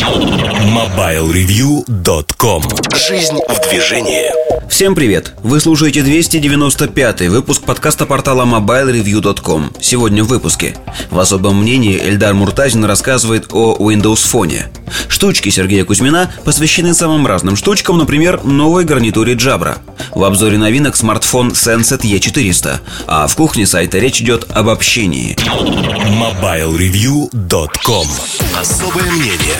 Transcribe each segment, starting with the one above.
MobileReview.com. Жизнь в движении. Всем привет! Вы слушаете 295-й выпуск подкаста портала MobileReview.com. Сегодня в выпуске. В особом мнении Эльдар Муртазин рассказывает о Windows Phone. Штучки Сергея Кузьмина посвящены самым разным штучкам, например, новой гарнитуре Jabra. В обзоре новинок смартфон Sensat E400. А в кухне сайта речь идет об общении. MobileReview.com. Особое мнение.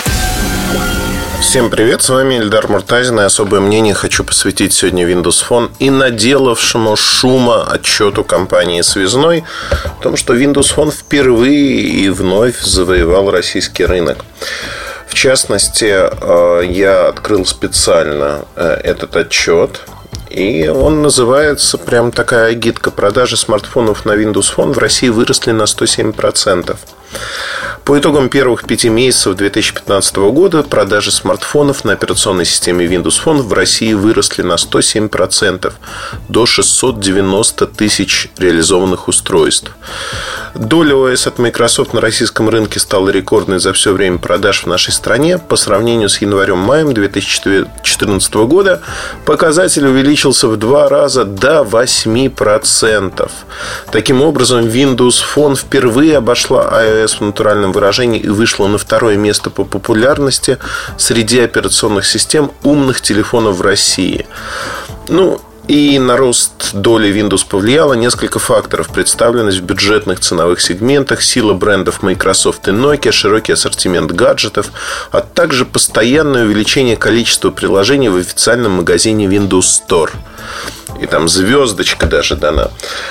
Всем привет, с вами Эльдар Муртазин, и особое мнение хочу посвятить сегодня Windows Phone и наделавшему шума отчету компании Связной о том, что Windows Phone впервые и вновь завоевал российский рынок. В частности, я открыл специально этот отчет, и он называется, прям такая агитка: продажи смартфонов на Windows Phone в России выросли на 107%. По итогам первых 5 месяцев 2015 года продажи смартфонов на операционной системе Windows Phone в России выросли на 107%, до 690 тысяч реализованных устройств. Доля ОС от Microsoft на российском рынке стала рекордной за все время продаж в нашей стране. По сравнению с январем-маем 2014 года показатель увеличился в 2 раза до 8%. Таким образом, Windows Phone впервые обошла iOS в натуральном выражении и вышла на 2-е место по популярности среди операционных систем умных телефонов в России. И на рост доли Windows повлияло несколько факторов: представленность в бюджетных ценовых сегментах, сила брендов Microsoft и Nokia, широкий ассортимент гаджетов, а также постоянное увеличение количества приложений в официальном магазине Windows Store. И там звездочка даже дана.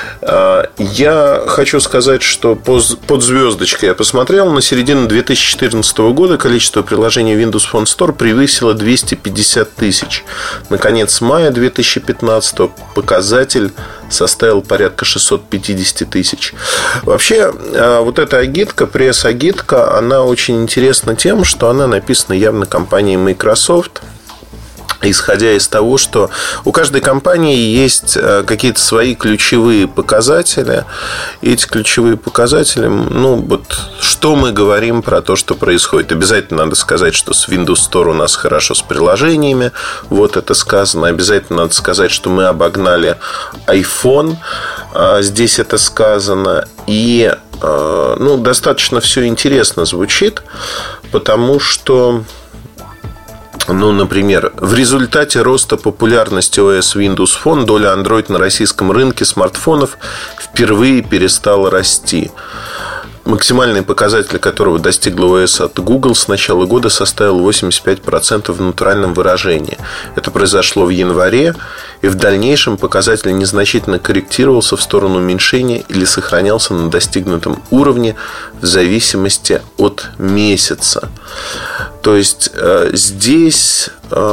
Я хочу сказать, что под звездочкой я посмотрел. На середину 2014 года количество приложений Windows Phone Store превысило 250 тысяч. На конец мая 2015 показатель составил порядка 650 тысяч. Вообще, вот эта агитка, пресс-агитка, она очень интересна тем, что она написана явно компанией Microsoft, исходя из того, что у каждой компании есть какие-то свои ключевые показатели. И эти ключевые показатели, что мы говорим про то, что происходит. Обязательно надо сказать, что с Windows Store у нас хорошо с приложениями. Вот это сказано. Обязательно надо сказать, что мы обогнали iPhone. Здесь это сказано. И достаточно все интересно звучит, потому что, например, в результате роста популярности ОС Windows Phone доля Android на российском рынке смартфонов впервые перестала расти. Максимальный показатель которого достигла ОС от Google с начала года составил 85% в натуральном выражении. Это произошло в январе, и в дальнейшем показатель незначительно корректировался в сторону уменьшения или сохранялся на достигнутом уровне в зависимости от месяца. То есть здесь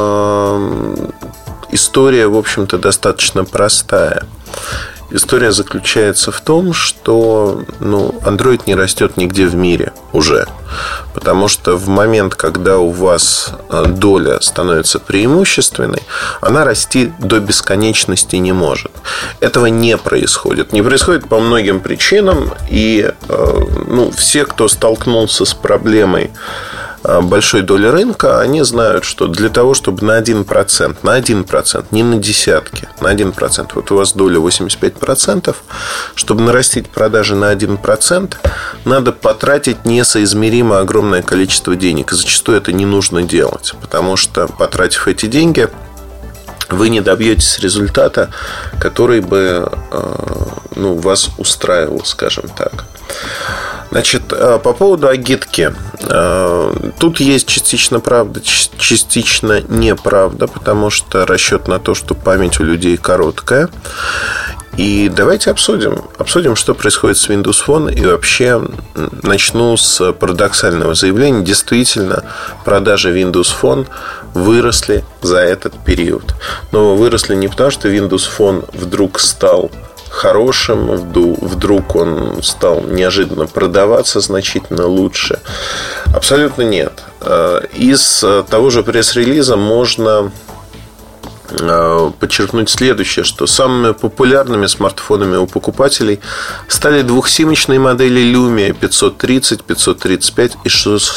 история, в общем-то, достаточно простая. История заключается в том, что Android не растет нигде в мире уже. Потому что в момент, когда у вас доля становится преимущественной, она расти до бесконечности не может. Этого не происходит. Не происходит по многим причинам. И все, кто столкнулся с проблемой большой доли рынка, они знают, что для того, чтобы на 1%, не на десятки, на 1%, вот у вас доля 85%, чтобы нарастить продажи на 1%, надо потратить несоизмеримо огромное количество денег. И зачастую это не нужно делать, потому что, потратив эти деньги, вы не добьетесь результата, который бы вас устраивал, скажем так. Значит, по поводу агитки. Тут есть частично правда, частично неправда, потому что расчет на то, что память у людей короткая. И давайте обсудим, что происходит с Windows Phone. И вообще начну с парадоксального заявления. Действительно, продажи Windows Phone выросли за этот период. Но выросли не потому, что Windows Phone вдруг стал хорошим, вдруг он стал неожиданно продаваться значительно лучше. Абсолютно нет. Из того же пресс-релиза можно подчеркнуть следующее, что самыми популярными смартфонами у покупателей стали двухсимочные модели Lumia 530, 535 и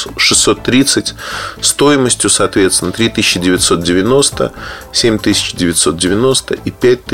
630 стоимостью, соответственно, 3990, 7990 и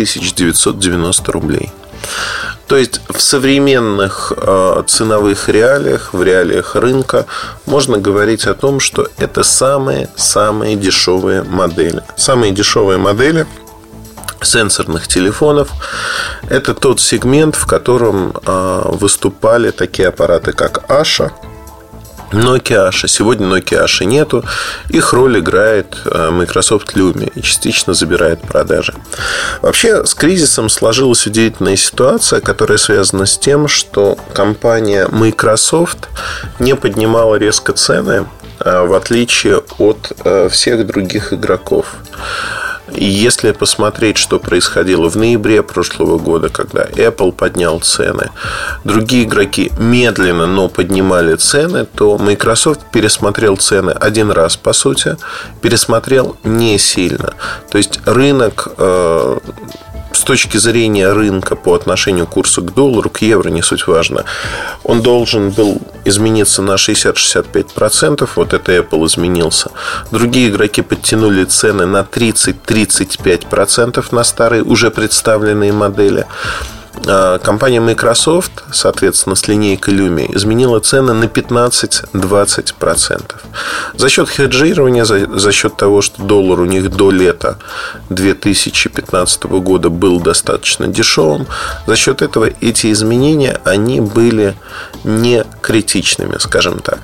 5990 рублей. То есть в современных ценовых реалиях, в реалиях рынка можно говорить о том, что это самые дешевые модели. Самые дешевые модели сенсорных телефонов – это тот сегмент, в котором выступали такие аппараты, как Asha, Nokia Asha. Сегодня Nokia Asha нету. Их роль играет Microsoft Lumia и частично забирает продажи. Вообще, с кризисом сложилась удивительная ситуация, которая связана с тем, что компания Microsoft не поднимала резко цены, в отличие от всех других игроков. И если посмотреть, что происходило в ноябре прошлого года, когда Apple поднял цены, другие игроки медленно, но поднимали цены, то Microsoft пересмотрел цены один раз, по сути, пересмотрел не сильно. То есть рынок, с точки зрения рынка по отношению к курсу к доллару, к евро, не суть важно, он должен был измениться на 60-65%. Вот это Apple изменился. Другие игроки подтянули цены на 30-35% на старые уже представленные модели. Компания Microsoft, соответственно, с линейкой Lumia изменила цены на 15-20%. За счет хеджирования, за счет того, что доллар у них до лета 2015 года был достаточно дешевым, за счет этого эти изменения, они были не критичными, скажем так.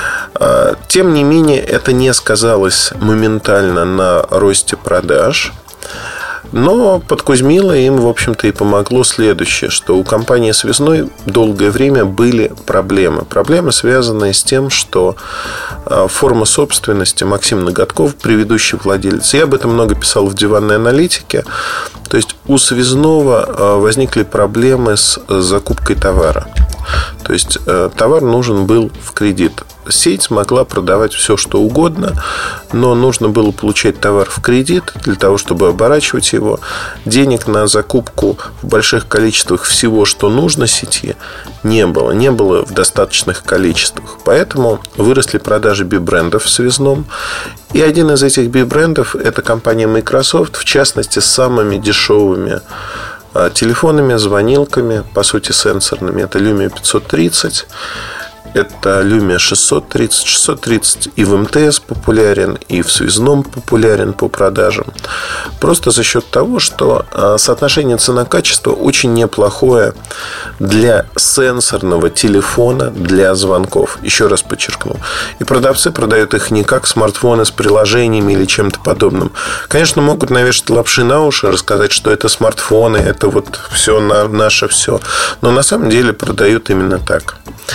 Тем не менее, это не сказалось моментально на росте продаж. Но подкузмило им, в общем-то, и помогло следующее, что у компании Связной долгое время были проблемы. Проблемы, связанные с тем, что форма собственности Максим Ноготков, предыдущий владелец, я об этом много писал в диванной аналитике. То есть у Связного возникли проблемы с закупкой товара. То есть товар нужен был в кредит. Сеть могла продавать все, что угодно, но нужно было получать товар в кредит для того, чтобы оборачивать его. Денег на закупку в больших количествах всего, что нужно сети, не было. Не было в достаточных количествах. Поэтому выросли продажи би-брендов в Связном. И один из этих би-брендов – это компания Microsoft, в частности, с самыми дешевыми телефонами, звонилками, по сути, сенсорными. Это Lumia 530. Это Lumia 630. 630 и в МТС популярен, и в Связном популярен по продажам. Просто за счет того, что соотношение цена-качество очень неплохое для сенсорного телефона для звонков. Еще раз подчеркну. И продавцы продают их не как смартфоны с приложениями или чем-то подобным. Конечно, могут навешать лапши на уши, рассказать, что это смартфоны, это вот все наше все. Но на самом деле продают именно так.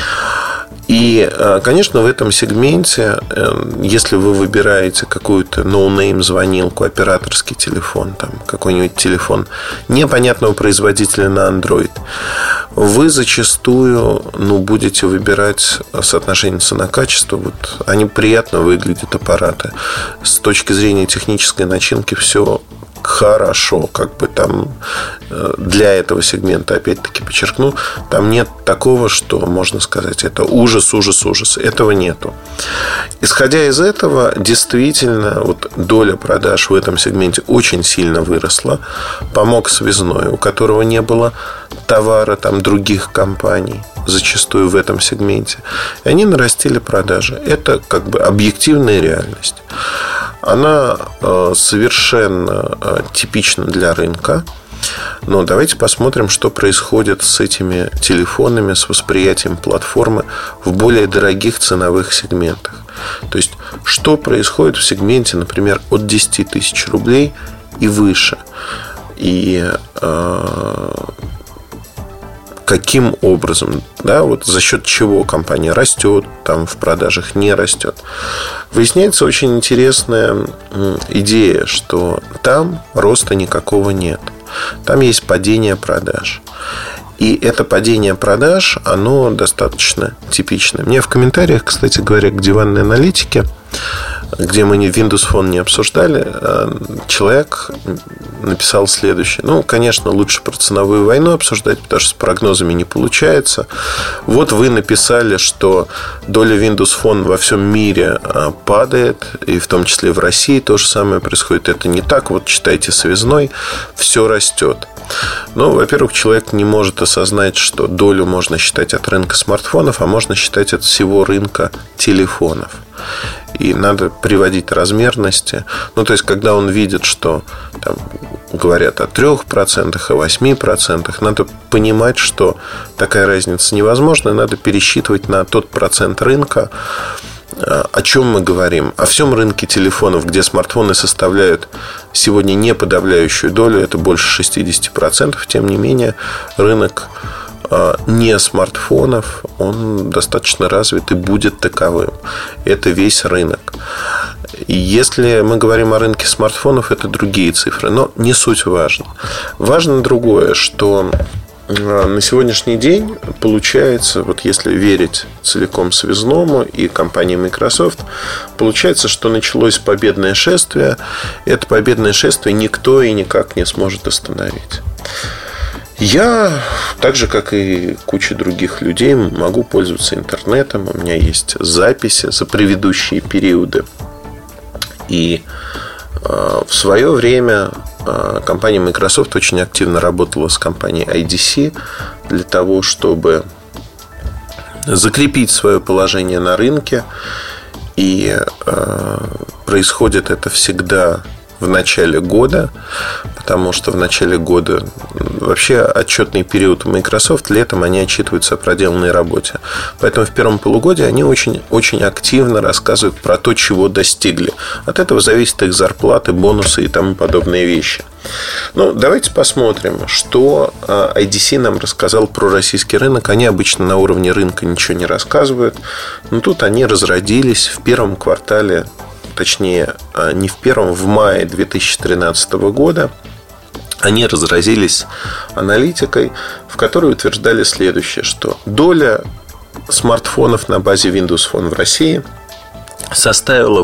И, конечно, в этом сегменте, если вы выбираете какую-то ноунейм звонилку, операторский телефон, там, какой-нибудь телефон непонятного производителя на Android, вы зачастую будете выбирать соотношение цена-качество. Вот они приятно выглядят, аппараты. С точки зрения технической начинки все хорошо, как бы там для этого сегмента, опять-таки подчеркну, там нет такого, что можно сказать, это ужас. Этого нету. Исходя из этого, действительно, вот доля продаж в этом сегменте очень сильно выросла. Помог Связной, у которого не было товара там других компаний, зачастую в этом сегменте. И они нарастили продажи. Это как бы объективная реальность. Она совершенно типична для рынка. Но давайте посмотрим, что происходит с этими телефонами, с восприятием платформы в более дорогих ценовых сегментах. То есть, что происходит в сегменте, например, от 10 тысяч рублей и выше. И каким образом, да, вот за счет чего компания растет, там в продажах не растет. Выясняется очень интересная идея, что там роста никакого нет. Там есть падение продаж. И это падение продаж, оно достаточно типичное. Мне в комментариях, кстати говоря, к диванной аналитике где мы Windows Phone не обсуждали, человек написал следующее. Конечно, лучше про ценовую войну обсуждать, потому что с прогнозами не получается. Вот вы написали, что доля Windows Phone во всем мире падает, и в том числе в России то же самое происходит. Это не так. Вот читайте связной, все растет. Во-первых, человек не может осознать, что долю можно считать от рынка смартфонов, а можно считать от всего рынка телефонов. И надо приводить размерности. То есть, когда он видит, что там говорят о 3%, о 8%, надо понимать, что такая разница невозможна, и надо пересчитывать на тот процент рынка. О чем мы говорим? О всем рынке телефонов, где смартфоны составляют сегодня не подавляющую долю, это больше 60%. Тем не менее, рынок не смартфонов, он достаточно развит и будет таковым. Это весь рынок. Если мы говорим о рынке смартфонов, это другие цифры, но не суть важно. Важно другое, что на сегодняшний день получается, вот если верить целиком связному и компании Microsoft, получается, что началось победное шествие. Это победное шествие никто и никак не сможет остановить. Я, так же, как и куча других людей, могу пользоваться интернетом. У меня есть записи за предыдущие периоды. И в свое время компания Microsoft очень активно работала с компанией IDC для того, чтобы закрепить свое положение на рынке. И происходит это всегда в начале года, потому что в начале года вообще отчетный период у Microsoft, летом они отчитываются о проделанной работе. Поэтому в первом полугодии они очень, очень активно рассказывают про то, чего достигли. От этого зависят их зарплаты, бонусы и тому подобные вещи. Давайте посмотрим, что IDC нам рассказал про российский рынок. Они обычно на уровне рынка ничего не рассказывают, но тут они разродились в первом квартале. Точнее, не в первом, в мае 2013 года они разразились аналитикой, в которой утверждали следующее, что доля смартфонов на базе Windows Phone в России составила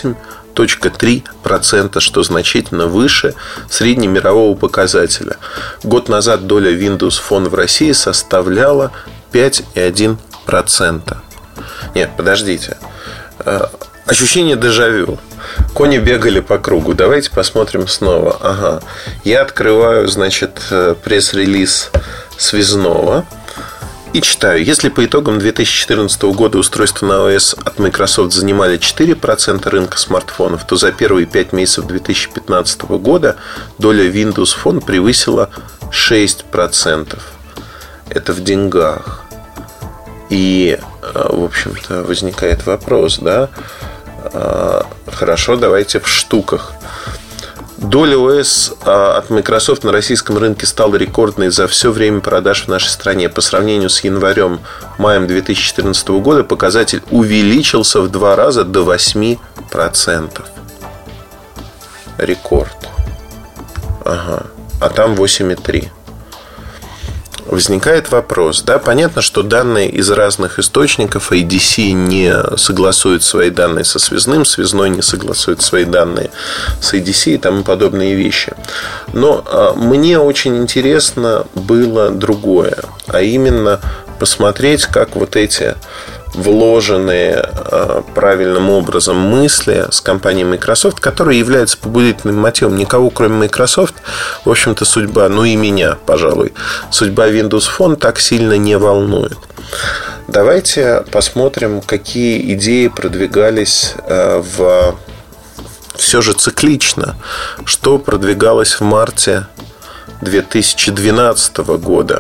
8,3%, что значительно выше среднемирового показателя. Год назад доля Windows Phone в России составляла 5,1%. Нет, подождите. Ощущение дежавю. Кони бегали по кругу. Давайте посмотрим снова. Ага. Я открываю, пресс-релиз связного и читаю. Если по итогам 2014 года устройства на iOS от Microsoft занимали 4% рынка смартфонов, то за первые 5 месяцев 2015 года доля Windows Phone превысила 6%. Это в деньгах. И, в общем-то, возникает вопрос, да? Хорошо, давайте в штуках. Доля ОС от Microsoft на российском рынке стала рекордной за все время продаж в нашей стране. По сравнению с январем-маем 2014 года показатель увеличился в 2 раза до 8%. Рекорд. Ага. А там 8,3%. Возникает вопрос, да, понятно, что данные из разных источников, IDC не согласует свои данные со связным, связной не согласует свои данные с IDC и тому подобные вещи. Но мне очень интересно было другое, а именно посмотреть, как вот эти вложенные правильным образом мысли с компанией Microsoft, которая является побудительным мотивом. Никого, кроме Microsoft, в общем-то, судьба, и меня, пожалуй, судьба Windows Phone так сильно не волнует. Давайте посмотрим, какие идеи продвигались все же циклично. Что продвигалось в марте 2012 года.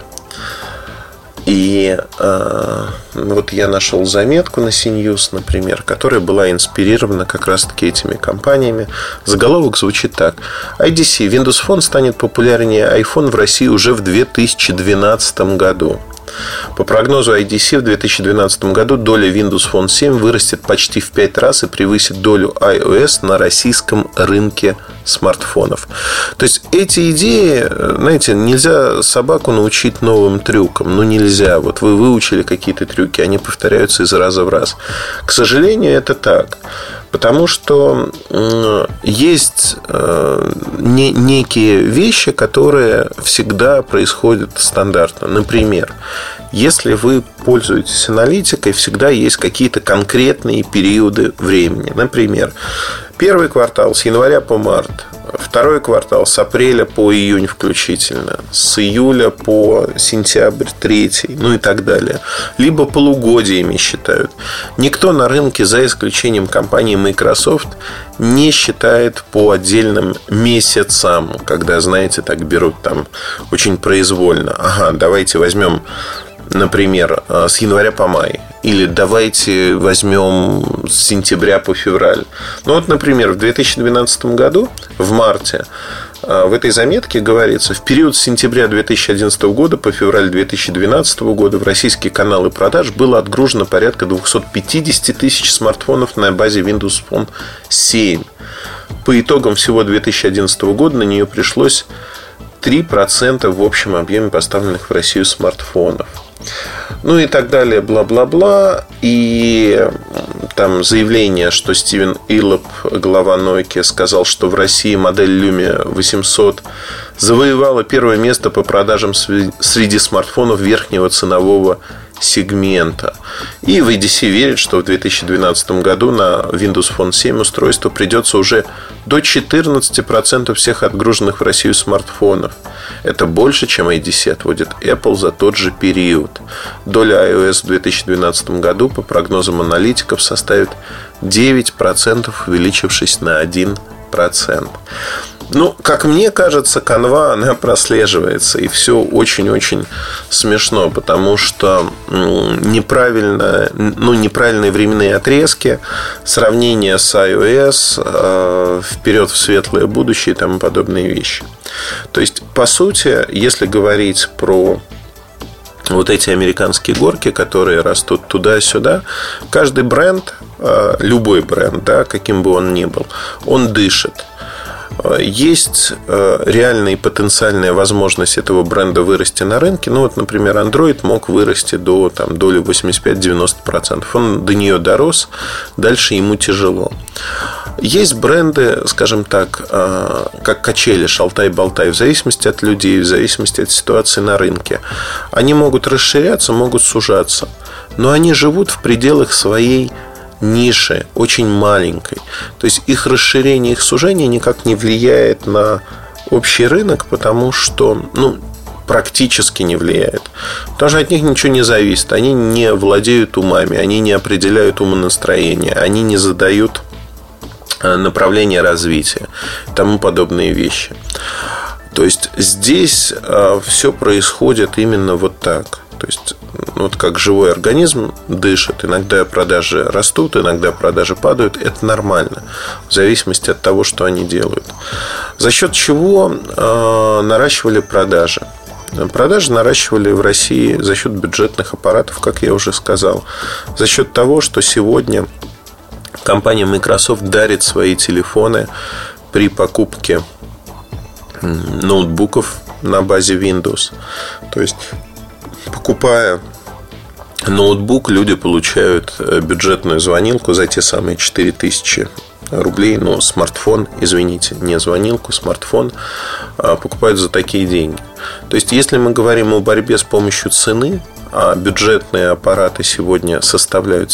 И вот я нашел заметку на CNews, например, которая была инспирирована как раз-таки этими компаниями. Заголовок звучит так: IDC: Windows Phone станет популярнее iPhone в России уже в 2012 году. По прогнозу IDC, в 2012 году доля Windows Phone 7 вырастет почти в 5 раз и превысит долю iOS на российском рынке смартфонов. То есть эти идеи, знаете, нельзя собаку научить новым трюкам. Нельзя. Вот вы выучили какие-то трюки, они повторяются из раза в раз. К сожалению, это так. Потому что есть некие вещи, которые всегда происходят стандартно. Например, если вы пользуетесь аналитикой, всегда есть какие-то конкретные периоды времени. Например, первый квартал с января по март, второй квартал с апреля по июнь включительно, с июля по сентябрь, третий, ну и так далее. Либо полугодиями считают. Никто на рынке, за исключением компании Microsoft, не считает по отдельным месяцам, когда, знаете, так берут там очень произвольно. Ага, давайте возьмем, например, с января по май. Или давайте возьмем с сентября по февраль. Ну вот, например, в 2012 году, в марте, в этой заметке говорится: в период с сентября 2011 года по февраль 2012 года в российские каналы продаж было отгружено порядка 250 тысяч смартфонов на базе Windows Phone 7. По итогам всего 2011 года на нее пришлось 3% в общем объеме поставленных в Россию смартфонов. Ну и так далее, бла-бла-бла. И там заявление, что Стивен Иллоп, глава Nokia, сказал, что в России модель Lumia 800 завоевала первое место по продажам среди смартфонов верхнего ценового сегмента. И в EDC верит, что в 2012 году на Windows Phone 7 устройство придется уже до 14% всех отгруженных в Россию смартфонов. Это больше, чем EDC отводит Apple за тот же период. Доля iOS в 2012 году, по прогнозам аналитиков, составит 9%, увеличившись на 1%. Ну, как мне кажется, канва, она прослеживается. И все очень-очень смешно. Потому что неправильные временные отрезки, сравнение с iOS, вперед в светлое будущее и тому подобные вещи. То есть, по сути, если говорить про вот эти американские горки, которые растут туда-сюда, каждый бренд, любой бренд, да, каким бы он ни был, он дышит. Есть реальная и потенциальная возможность этого бренда вырасти на рынке. Ну вот, например, Android мог вырасти до доли 85-90%. Он до нее дорос, дальше ему тяжело. Есть бренды, скажем так, как качели, шалтай-болтай, в зависимости от людей, в зависимости от ситуации на рынке. Они могут расширяться, могут сужаться, но они живут в пределах своей ниши, очень маленькой. То есть их расширение, их сужение никак не влияет на общий рынок, потому что, практически не влияет. Потому что от них ничего не зависит. Они не владеют умами, они не определяют умонастроение, они не задают направление развития и тому подобные вещи. То есть здесь все происходит именно вот так. То есть, вот как живой организм дышит. Иногда продажи растут, иногда продажи падают. Это нормально, в зависимости от того, что они делают. За счет чего наращивали продажи? Продажи наращивали в России за счет бюджетных аппаратов, как я уже сказал. За счет того, что сегодня компания Microsoft дарит свои телефоны при покупке ноутбуков на базе Windows. То есть, покупая ноутбук, люди получают бюджетную звонилку за те самые 4000 рублей. Смартфон, извините, не звонилку, смартфон покупают за такие деньги. То есть, если мы говорим о борьбе с помощью цены, а бюджетные аппараты сегодня составляют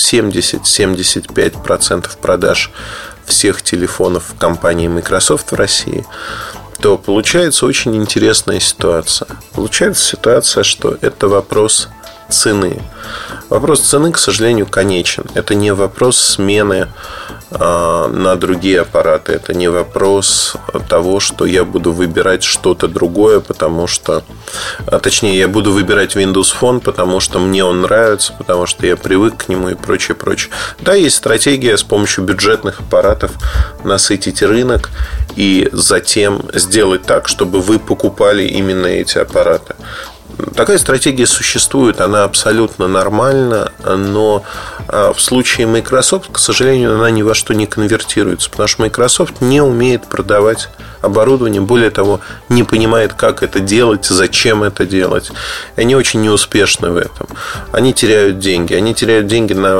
70-75% продаж всех телефонов компании Microsoft в России, то получается очень интересная ситуация. Получается ситуация, что это вопрос цены. Вопрос цены, к сожалению, конечен. Это не вопрос смены на другие аппараты. Это не вопрос того, что я буду выбирать что-то другое, потому что... Точнее, я буду выбирать Windows Phone, потому что мне он нравится, потому что я привык к нему и прочее, прочее. Да, есть стратегия с помощью бюджетных аппаратов насытить рынок и затем сделать так, чтобы вы покупали именно эти аппараты. Такая стратегия существует, она абсолютно нормальна, но в случае Microsoft, к сожалению, она ни во что не конвертируется, потому что Microsoft не умеет продавать оборудование, более того, не понимает, как это делать, зачем это делать. И они очень неуспешны в этом. Они теряют деньги на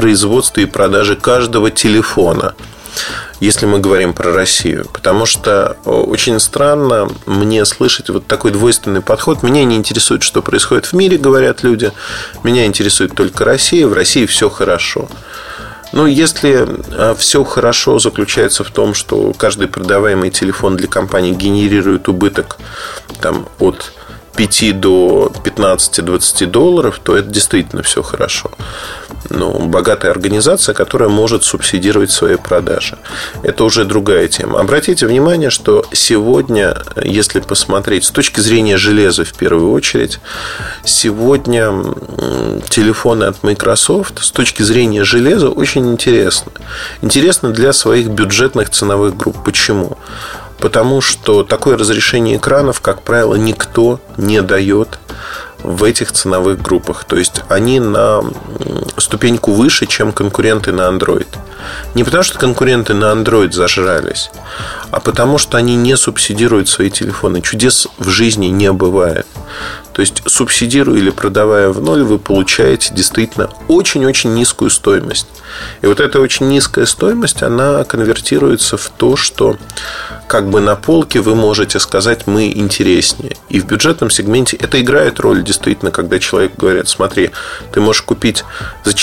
производстве и продаже каждого телефона, если мы говорим про Россию. Потому что очень странно мне слышать вот такой двойственный подход. Меня не интересует, что происходит в мире, говорят люди. Меня интересует только Россия. В России все хорошо. Но если все хорошо заключается в том, что каждый продаваемый телефон для компании генерирует убыток там, от 5 до 15-20 долларов, то это действительно все хорошо. Но богатая организация, которая может субсидировать свои продажи. Это уже другая тема. Обратите внимание, что сегодня, если посмотреть с точки зрения железа в первую очередь, сегодня телефоны от Microsoft с точки зрения железа очень интересны. Интересны для своих бюджетных ценовых групп. Почему? Потому что такое разрешение экранов, как правило, никто не дает в этих ценовых группах. То есть они на ступеньку выше, чем конкуренты на Android. Не потому что конкуренты на Android зажрались, а потому что они не субсидируют свои телефоны. Чудес в жизни не бывает. То есть, субсидируя или продавая в ноль, вы получаете действительно очень-очень низкую стоимость. И вот эта очень низкая стоимость, она конвертируется в то, что как бы на полке вы можете сказать: мы интереснее. И в бюджетном сегменте это играет роль действительно, когда человек говорит: смотри, ты можешь купить за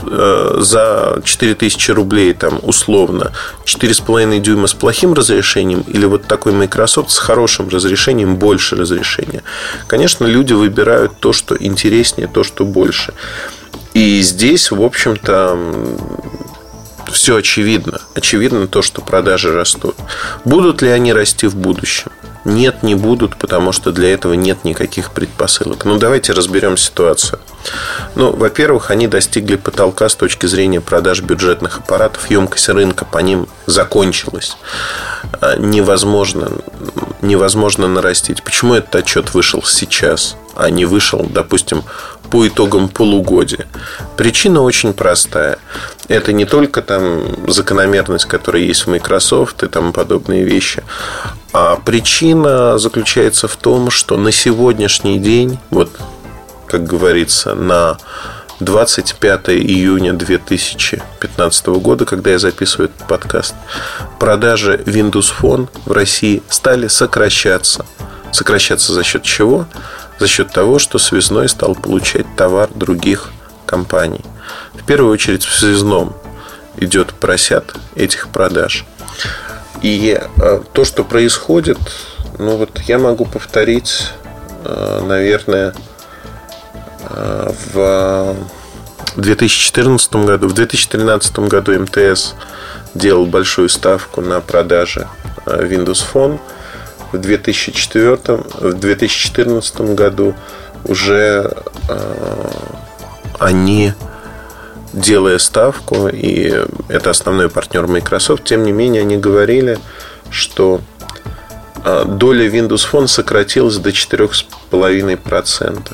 4000 рублей там, условно 4,5 дюйма с плохим разрешением или вот такой Microsoft с хорошим разрешением, больше разрешения. Конечно, люди выбирают то, что интереснее, то, что больше. И здесь, в общем-то, все очевидно. Очевидно то, что продажи растут. Будут ли они расти в будущем? Нет, не будут, потому что для этого нет никаких предпосылок. Ну, давайте разберем ситуацию. Ну, во-первых, они достигли потолка с точки зрения продаж бюджетных аппаратов. Емкость рынка по ним закончилась. Невозможно нарастить. Почему этот отчет вышел сейчас, а не вышел, допустим, по итогам полугодия? Причина очень простая. Это не только там закономерность, которая есть в Microsoft и тому подобные вещи. А причина заключается в том, что на сегодняшний день, вот, как говорится, на 25 июня 2015 года, когда я записываю этот подкаст, продажи Windows Phone в России стали сокращаться. Сокращаться за счет чего? За счет того, что связной стал получать товар других компаний. В первую очередь в связном идет просят этих продаж. И то, что происходит, ну вот я могу повторить, наверное, в 2014 году. В 2013 году МТС делал большую ставку на продажи Windows Phone. В 2014 году уже они, делая ставку, и это основной партнер Microsoft, тем не менее они говорили, что доля Windows Phone сократилась до 4,5%.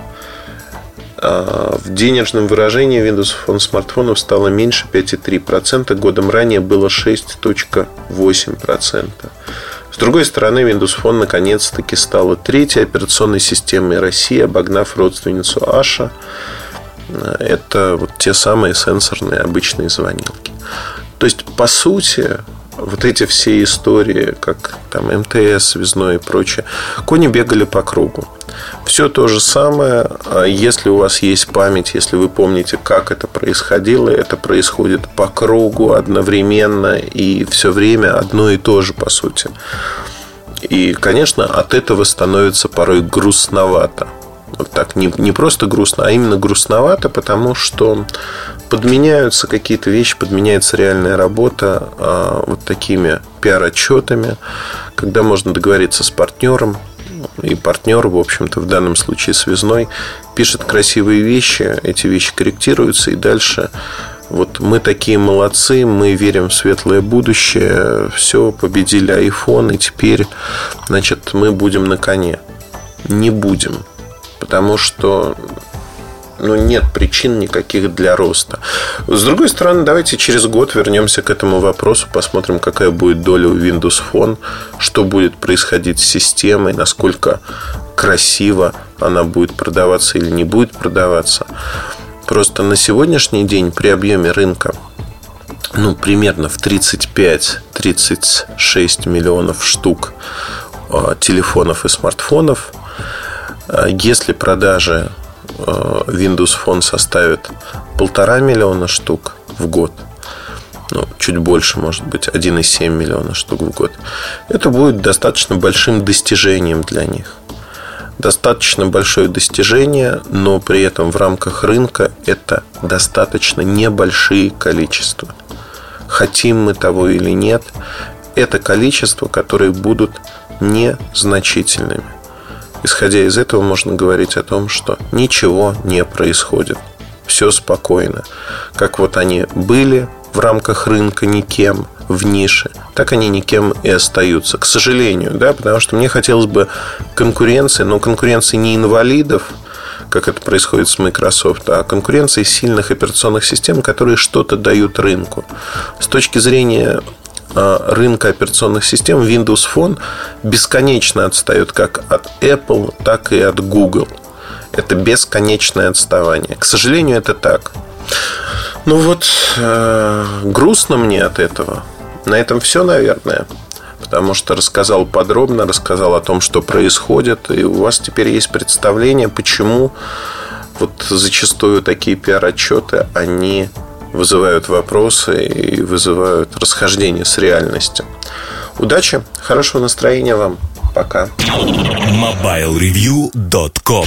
В денежном выражении Windows Phone смартфонов стало меньше 5,3%. Годом ранее было 6,8%. С другой стороны, Windows Phone наконец-таки стала третьей операционной системой России, обогнав родственницу Asha. Это вот те самые сенсорные обычные звонилки. То есть, по сути, вот эти все истории, как там МТС, связной и прочее, кони бегали по кругу. Все то же самое. Если у вас есть память, если вы помните, как это происходило, это происходит по кругу одновременно и все время одно и то же, по сути. И, конечно, от этого становится порой грустновато. Вот так, не просто грустно, а именно грустновато, потому что подменяются какие-то вещи, подменяется реальная работа вот такими пиар-отчетами, когда можно договориться с партнером, и партнер, в общем-то, в данном случае связной, пишет красивые вещи, эти вещи корректируются, и дальше вот мы такие молодцы, мы верим в светлое будущее, все, победили iPhone, и теперь, значит, мы будем на коне. Не будем. Потому что нет причин никаких для роста. С другой стороны, давайте через год вернемся к этому вопросу, посмотрим, какая будет доля у Windows Phone, что будет происходить с системой, насколько красиво она будет продаваться или не будет продаваться. Просто на сегодняшний день при объеме рынка примерно в 35-36 миллионов штук телефонов и смартфонов, если продажи Windows Phone составят 1,5 миллиона штук в год, чуть больше, может быть, 1,7 миллиона штук в год, это будет достаточно большим достижением для них. Достаточно большое достижение, но при этом в рамках рынка это достаточно небольшие количества. Хотим мы того или нет, это количества, которые будут незначительными. Исходя из этого, можно говорить о том, что ничего не происходит. Все спокойно. Как вот они были в рамках рынка никем, в нише, так они никем и остаются. К сожалению, потому что мне хотелось бы конкуренции, но конкуренции не инвалидов, как это происходит с Microsoft, а конкуренции сильных операционных систем, которые что-то дают рынку. С точки зрения рынка операционных систем, Windows Phone бесконечно отстает как от Apple, так и от Google. Это бесконечное отставание. К сожалению, это так. Грустно мне от этого. На этом все, наверное. Потому что рассказал подробно, рассказал о том, что происходит. И у вас теперь есть представление, почему зачастую такие пиар-отчеты, они вызывают вопросы и вызывают расхождение с реальностью. Удачи, хорошего настроения вам. Пока. MobileReview.com